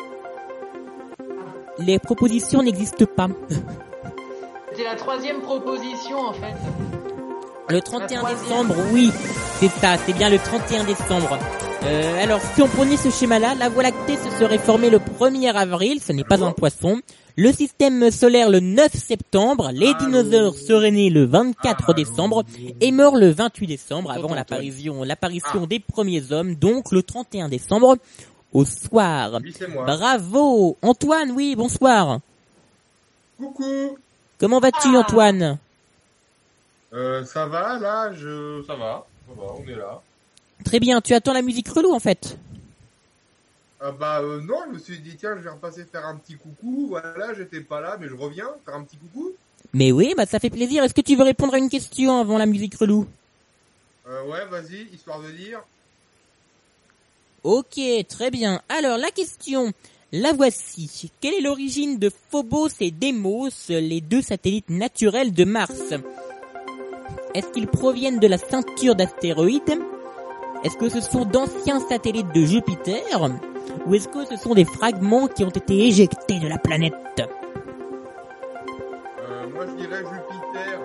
[SPEAKER 1] Les propositions n'existent pas.
[SPEAKER 2] C'était la troisième proposition en fait.
[SPEAKER 1] Le trente et un décembre, oui, c'est ça, c'est bien le trente et un décembre. Euh, alors si on prenait ce schéma-là, la Voie lactée se serait formée le premier avril, ce n'est pas un poisson. Le système solaire le neuf septembre, les dinosaures seraient nés le vingt-quatre décembre et morts le vingt-huit décembre avant l'apparition, l'apparition des premiers hommes, donc le trente et un décembre au soir.
[SPEAKER 9] Oui, c'est moi.
[SPEAKER 1] Bravo Antoine, oui, bonsoir.
[SPEAKER 9] Coucou.
[SPEAKER 1] Comment vas-tu
[SPEAKER 2] Ah.
[SPEAKER 1] Antoine ?
[SPEAKER 9] Euh, ça va, là, je... Ça va, ça va, on est là.
[SPEAKER 1] Très bien, tu attends la musique relou en fait.
[SPEAKER 9] Ah bah euh, non, je me suis dit, tiens, je vais repasser faire un petit coucou, voilà, j'étais pas là, mais je reviens, faire un petit coucou.
[SPEAKER 1] Mais oui, bah ça fait plaisir. Est-ce que tu veux répondre à une question avant la musique relou ?
[SPEAKER 9] Euh, ouais, vas-y, histoire de dire.
[SPEAKER 1] Ok, très bien. Alors, la question, la voici. Quelle est l'origine de Phobos et Deimos, les deux satellites naturels de Mars ? Est-ce qu'ils proviennent de la ceinture d'astéroïdes ? Est-ce que ce sont d'anciens satellites de Jupiter ? Ou est-ce que ce sont des fragments qui ont été éjectés de la planète ?
[SPEAKER 9] Euh, moi, je dirais Jupiter.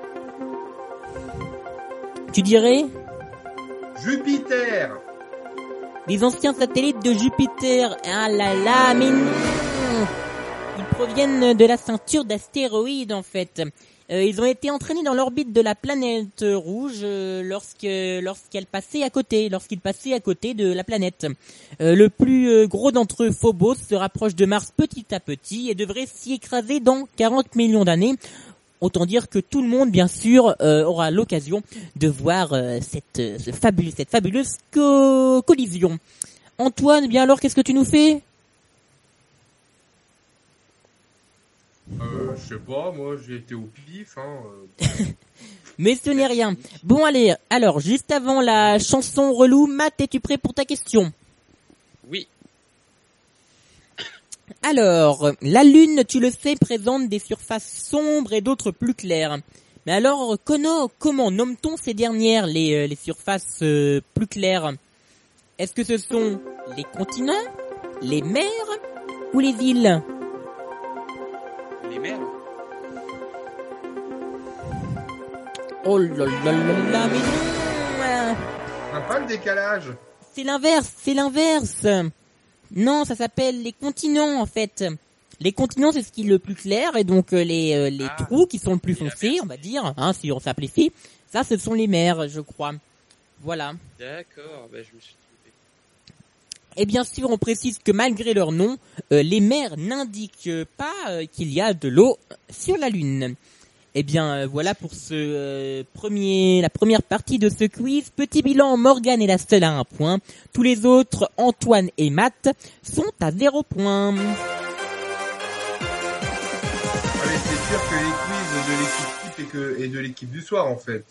[SPEAKER 1] Tu dirais ?
[SPEAKER 9] Jupiter.
[SPEAKER 1] Des anciens satellites de Jupiter. Ah là là, mais non ! Ils proviennent de la ceinture d'astéroïdes, en fait. Euh, ils ont été entraînés dans l'orbite de la planète rouge euh, lorsque lorsqu'elle passait à côté, lorsqu'ils passaient à côté de la planète. Euh, le plus euh, gros d'entre eux, Phobos, se rapproche de Mars petit à petit et devrait s'y écraser dans quarante millions d'années. Autant dire que tout le monde, bien sûr, euh, aura l'occasion de voir euh, cette, euh, ce fabuleux, cette fabuleuse co- collision. Antoine, bien alors, qu'est-ce que tu nous fais ?
[SPEAKER 9] Euh, je sais pas, moi, j'ai été au pif, hein. Euh...
[SPEAKER 1] Mais ce n'est rien. Bon, allez, alors, juste avant la chanson relou, Matt, es-tu prêt pour ta question ?
[SPEAKER 5] Oui.
[SPEAKER 1] Alors, la Lune, tu le sais, présente des surfaces sombres et d'autres plus claires. Mais alors, comment, comment nomme-t-on ces dernières, les, euh, les surfaces euh, plus claires ? Est-ce que ce sont les continents, les mers ou les îles ?
[SPEAKER 5] Les mers.
[SPEAKER 1] Oh là là là là, mais non !
[SPEAKER 9] On n'a pas le décalage.
[SPEAKER 1] C'est l'inverse, c'est l'inverse. Non, ça s'appelle les continents en fait. Les continents, c'est ce qui est le plus clair, et donc euh, les euh, les
[SPEAKER 5] Ah.
[SPEAKER 1] trous qui sont le plus foncés, on va dire, hein, si on simplifie, ça, ce sont les mers, je crois. Voilà.
[SPEAKER 5] D'accord, bah je me suis trompé.
[SPEAKER 1] Et bien sûr, on précise que malgré leur nom, euh, les mers n'indiquent pas euh, qu'il y a de l'eau sur la Lune. Eh bien, euh, voilà pour ce euh, premier, la première partie de ce quiz. Petit bilan, Morgane est la seule à un point. Tous les autres, Antoine et Matt, sont à zéro point.
[SPEAKER 9] Allez, c'est sûr que les quiz de l'équipe type et, que, et de l'équipe du soir, en fait.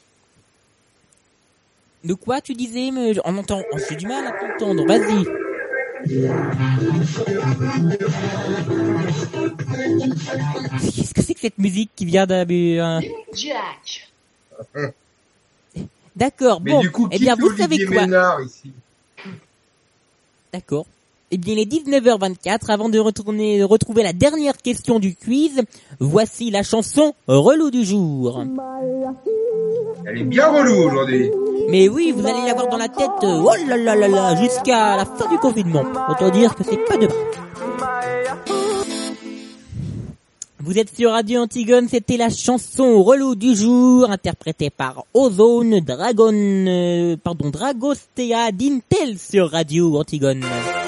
[SPEAKER 1] De quoi tu disais? Mais on entend, oh, j'ai du mal à t'entendre. Vas-y. Qu'est-ce que c'est que cette musique qui vient d'un... Euh...
[SPEAKER 2] Jack.
[SPEAKER 1] D'accord,
[SPEAKER 9] Mais
[SPEAKER 1] bon,
[SPEAKER 9] du coup,
[SPEAKER 1] eh bien vous
[SPEAKER 9] Olivier
[SPEAKER 1] savez quoi
[SPEAKER 9] Ménard, ici.
[SPEAKER 1] D'accord. Eh bien, il est dix-neuf heures vingt-quatre, avant de retourner, de retrouver la dernière question du quiz, voici la chanson relou du jour.
[SPEAKER 9] Elle est bien relou aujourd'hui.
[SPEAKER 1] Mais oui, vous allez l'avoir dans la tête, euh, oh là là là là, jusqu'à la fin du confinement. Autant dire que c'est pas demain. Vous êtes sur Radio Antigone, c'était la chanson relou du jour, interprétée par Ozone Dragon, euh, pardon, Dragostea d'Intel sur Radio Antigone.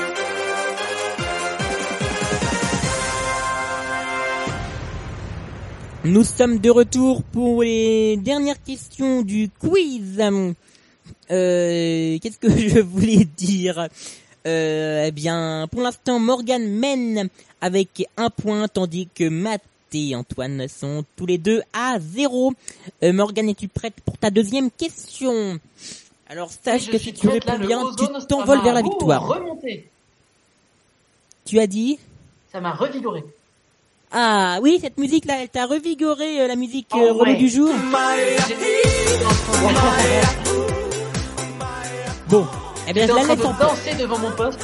[SPEAKER 1] Nous sommes de retour pour les dernières questions du quiz. Euh, qu'est-ce que je voulais dire? Euh, eh bien, pour l'instant, Morgane mène avec un point, tandis que Matt et Antoine sont tous les deux à zéro. Euh, Morgane, es-tu prête pour ta deuxième question? Alors, sache
[SPEAKER 2] oui,
[SPEAKER 1] que si tu
[SPEAKER 2] prête,
[SPEAKER 1] réponds
[SPEAKER 2] là,
[SPEAKER 1] bien, tu
[SPEAKER 2] ozone,
[SPEAKER 1] t'envoles vers la
[SPEAKER 2] ouh,
[SPEAKER 1] victoire.
[SPEAKER 2] Remonté.
[SPEAKER 1] Tu as dit?
[SPEAKER 2] Ça m'a revigoré.
[SPEAKER 1] Ah oui, cette musique-là, elle t'a revigoré, euh, la musique euh,
[SPEAKER 2] Oh,
[SPEAKER 1] relou
[SPEAKER 2] ouais.
[SPEAKER 1] du jour. Bon, eh bien, je
[SPEAKER 2] J'étais en
[SPEAKER 1] la
[SPEAKER 2] train
[SPEAKER 1] laisse en
[SPEAKER 2] de danser devant mon poste.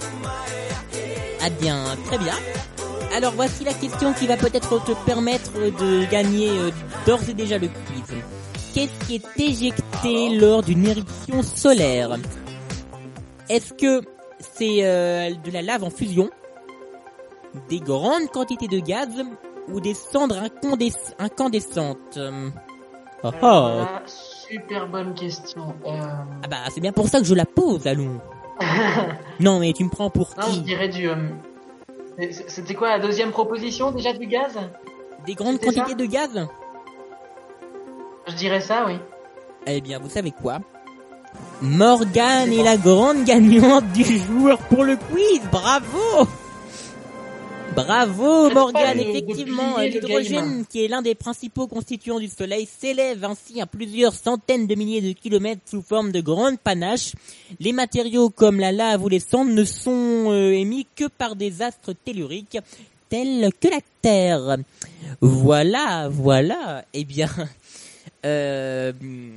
[SPEAKER 1] Ah bien, très bien. Alors voici la question qui va peut-être te permettre de gagner euh, d'ores et déjà le quiz. Qu'est-ce qui est éjecté lors d'une éruption solaire? Est-ce que c'est euh, de la lave en fusion, des grandes quantités de gaz ou des cendres incandesc- incandescentes? Oh, oh.
[SPEAKER 2] Euh, super bonne question. Euh...
[SPEAKER 1] Ah bah c'est bien pour ça que je la pose, allons. Non mais tu me prends pour
[SPEAKER 2] non,
[SPEAKER 1] qui?
[SPEAKER 2] je dirais du... Euh... C'était quoi la deuxième proposition déjà, du gaz?
[SPEAKER 1] Des grandes
[SPEAKER 2] C'était
[SPEAKER 1] quantités
[SPEAKER 2] ça
[SPEAKER 1] de gaz?
[SPEAKER 2] Je dirais ça, oui.
[SPEAKER 1] Eh bien, vous savez quoi? Morgane est la grande gagnante du jour pour le quiz. Bravo! Bravo,
[SPEAKER 2] Faites pas
[SPEAKER 1] Morgane.
[SPEAKER 2] de- de
[SPEAKER 1] Effectivement,
[SPEAKER 2] plier le
[SPEAKER 1] l'hydrogène,
[SPEAKER 2] game.
[SPEAKER 1] qui est l'un des principaux constituants du Soleil, s'élève ainsi à plusieurs centaines de milliers de kilomètres sous forme de grandes panaches. Les matériaux comme la lave ou les cendres ne sont euh, émis que par des astres telluriques, tels que la Terre. Voilà, voilà. Eh bien... Euh,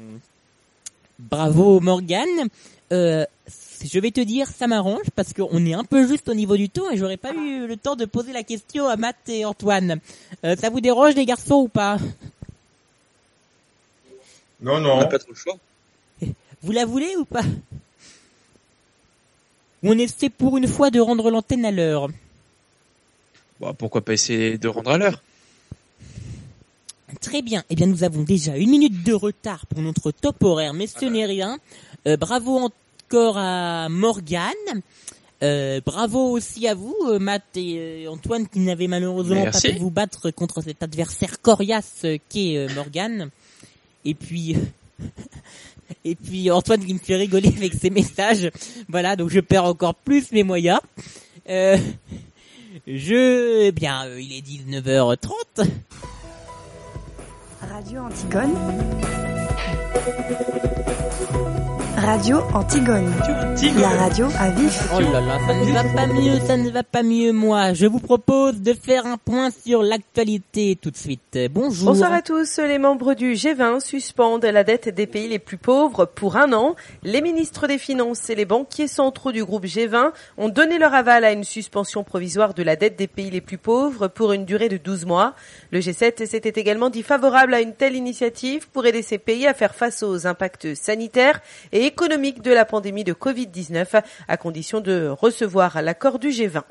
[SPEAKER 1] bravo Morgane. Euh, je vais te dire, ça m'arrange parce qu'on est un peu juste au niveau du temps et j'aurais pas eu le temps de poser la question à Matt et Antoine. Euh, ça vous dérange les garçons ou pas?
[SPEAKER 9] Non,
[SPEAKER 5] On
[SPEAKER 9] non.
[SPEAKER 5] n'a pas trop le choix.
[SPEAKER 1] Vous la voulez ou pas? On essaie pour une fois de rendre l'antenne à l'heure.
[SPEAKER 5] Bon, pourquoi pas essayer de rendre à l'heure?
[SPEAKER 1] Très bien. Eh bien, nous avons déjà une minute de retard pour notre top horaire, mais ce n'est rien. Euh, bravo encore à Morgane. Euh, bravo aussi à vous, euh, Matt et euh, Antoine, qui n'avaient malheureusement
[SPEAKER 5] Merci.
[SPEAKER 1] pas pu vous battre contre cet adversaire coriace euh, qu'est euh, Morgane. Et puis... Et puis Antoine qui me fait rigoler avec ses messages. Voilà, donc je perds encore plus mes moyens. Euh, je... Eh bien, euh, il est dix-neuf heures trente.
[SPEAKER 6] Radio Antigone. Radio Antigone. La radio à vif.
[SPEAKER 1] Oh là là, ça ne va pas mieux, ça ne va pas mieux, moi. Je vous propose de faire un point sur l'actualité tout de suite. Bonjour.
[SPEAKER 8] Bonsoir à tous. Les membres du G vingt suspendent la dette des pays les plus pauvres pour un an. Les ministres des Finances et les banquiers centraux du groupe G vingt ont donné leur aval à une suspension provisoire de la dette des pays les plus pauvres pour une durée de douze mois. Le G sept s'était également dit favorable à une telle initiative pour aider ces pays à faire face aux impacts sanitaires et économiques de la pandémie de covid dix-neuf, à condition de recevoir l'accord du G vingt.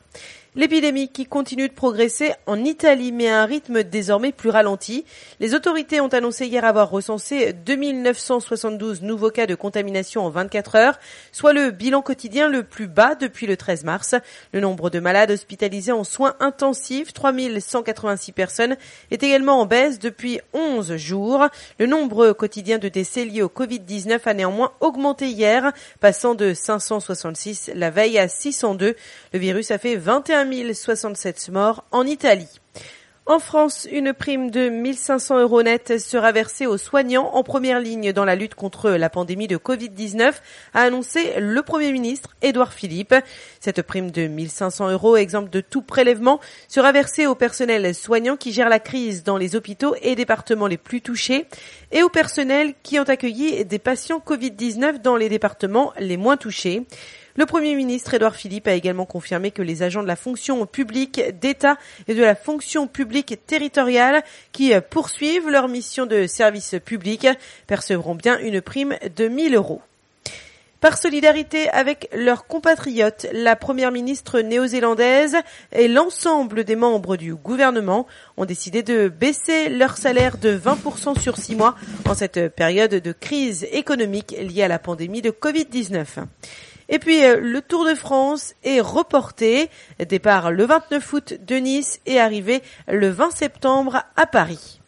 [SPEAKER 8] L'épidémie qui continue de progresser en Italie, mais à un rythme désormais plus ralenti. Les autorités ont annoncé hier avoir recensé deux mille neuf cent soixante-douze nouveaux cas de contamination en vingt-quatre heures, soit le bilan quotidien le plus bas depuis le treize mars. Le nombre de malades hospitalisés en soins intensifs, trois mille cent quatre-vingt-six personnes, est également en baisse depuis onze jours. Le nombre quotidien de décès liés au covid dix-neuf a néanmoins augmenté hier, passant de cinq cent soixante-six la veille à six cent deux. Le virus a fait vingt et un mille soixante-sept morts en Italie. En France, une prime de mille cinq cents euros net sera versée aux soignants en première ligne dans la lutte contre la pandémie de covid dix-neuf, a annoncé le Premier ministre Édouard Philippe. Cette prime de mille cinq cents euros, exemple de tout prélèvement, sera versée au personnel soignant qui gère la crise dans les hôpitaux et départements les plus touchés et au personnel qui ont accueilli des patients covid dix-neuf dans les départements les moins touchés. Le Premier ministre Édouard Philippe a également confirmé que les agents de la fonction publique d'État et de la fonction publique territoriale qui poursuivent leur mission de service public percevront bien une prime de mille euros. Par solidarité avec leurs compatriotes, la première ministre néo-zélandaise et l'ensemble des membres du gouvernement ont décidé de baisser leur salaire de vingt pour cent sur six mois en cette période de crise économique liée à la pandémie de covid dix-neuf. Et puis, le Tour de France est reporté. Départ le vingt-neuf août de Nice et arrivée le vingt septembre à Paris.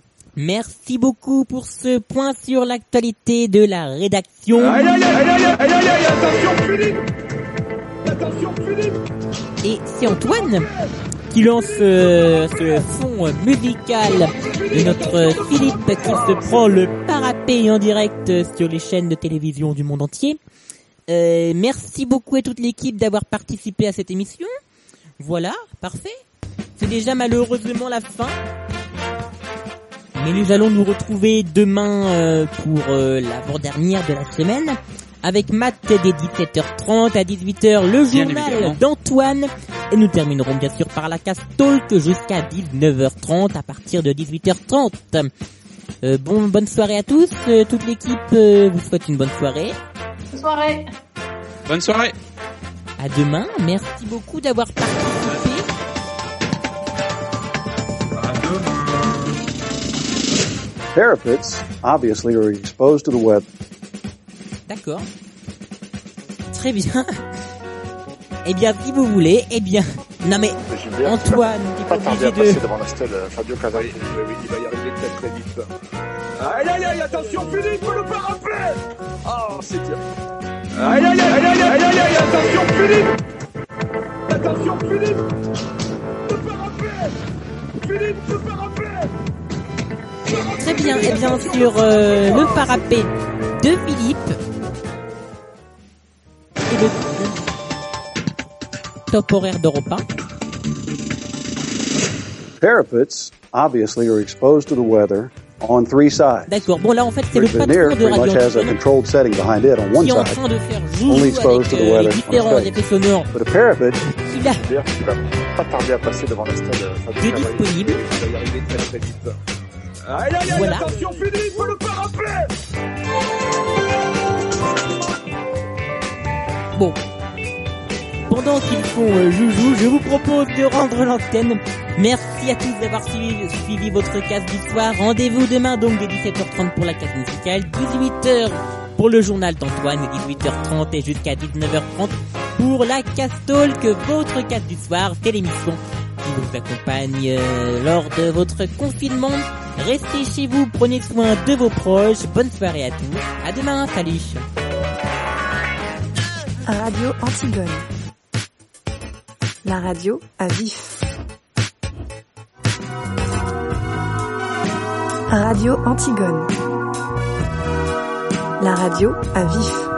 [SPEAKER 1] Merci beaucoup pour ce point sur l'actualité de la rédaction.
[SPEAKER 10] Aïe, aïe, aïe, aïe, aïe, aïe, aïe, attention Philippe! Attention Philippe!
[SPEAKER 1] Et c'est Antoine qui lance euh, ce fond musical de notre Philippe qui se prend le parapet en direct sur les chaînes de télévision du monde entier. Euh, merci beaucoup à toute l'équipe d'avoir participé à cette émission. Voilà, parfait. C'est déjà malheureusement la fin. Mais nous allons nous retrouver demain euh, pour euh, l'avant-dernière de la semaine avec Matt dès dix-sept heures trente à dix-huit heures, le journal d'Antoine. Et nous terminerons bien sûr par la case talk jusqu'à dix-neuf heures trente à partir de dix-huit heures trente. Euh, bon, bonne soirée à tous. Euh, toute l'équipe euh, vous souhaite une bonne soirée.
[SPEAKER 2] Bonne soirée.
[SPEAKER 5] Bonne soirée.
[SPEAKER 1] À demain. Merci beaucoup d'avoir participé.
[SPEAKER 11] Parapets obviously are exposed to the web.
[SPEAKER 1] D'accord. Très bien. Eh bien, si vous voulez, eh bien... Non mais, Antoine, t'es pas obligé de...
[SPEAKER 12] devant la stèle, Fabio Cavalli, il va y arriver très très vite.
[SPEAKER 10] Aïe aïe aïe, attention Philippe, le parapet! Oh, c'est dur. Aïe aïe aïe aïe aïe aïe aïe, attention Philippe! Attention Philippe! Le parapet! Philippe, le parapet!
[SPEAKER 1] Très bien, et bien sur euh, le parapet de Philippe et le top horaire d'Europa.
[SPEAKER 11] Parapets obviously are exposed to the weather on three sides.
[SPEAKER 1] D'accord, bon là en fait c'est le patron de Radio Antigone qui est en train de faire joujou avec euh, les différents effets sonores
[SPEAKER 11] But a parapet,
[SPEAKER 1] qu'il a
[SPEAKER 12] Il va pas tarder à passer devant la stèle, Fabio
[SPEAKER 1] de
[SPEAKER 12] Cavalli,
[SPEAKER 1] disponible.
[SPEAKER 12] il va y arriver très très vite.
[SPEAKER 10] Aïe aïe aïe,
[SPEAKER 1] Voilà.
[SPEAKER 10] attention Philippe, le parapet!
[SPEAKER 1] Bon. Pendant qu'ils font euh, joujou, je vous propose de rendre l'antenne. Merci à tous d'avoir suivi, suivi votre case du soir. Rendez-vous demain donc dès dix-sept heures trente pour la case musicale, dix-huit heures pour le journal d'Antoine et dix-huit heures trente et jusqu'à dix-neuf heures trente pour la case talk, votre case du soir. C'est l'émission qui vous accompagne euh, lors de votre confinement. Restez chez vous, prenez soin de vos proches. Bonne soirée à tous. À demain, salut.
[SPEAKER 6] Radio Antigone. La radio à vif. Radio Antigone. La radio à vif.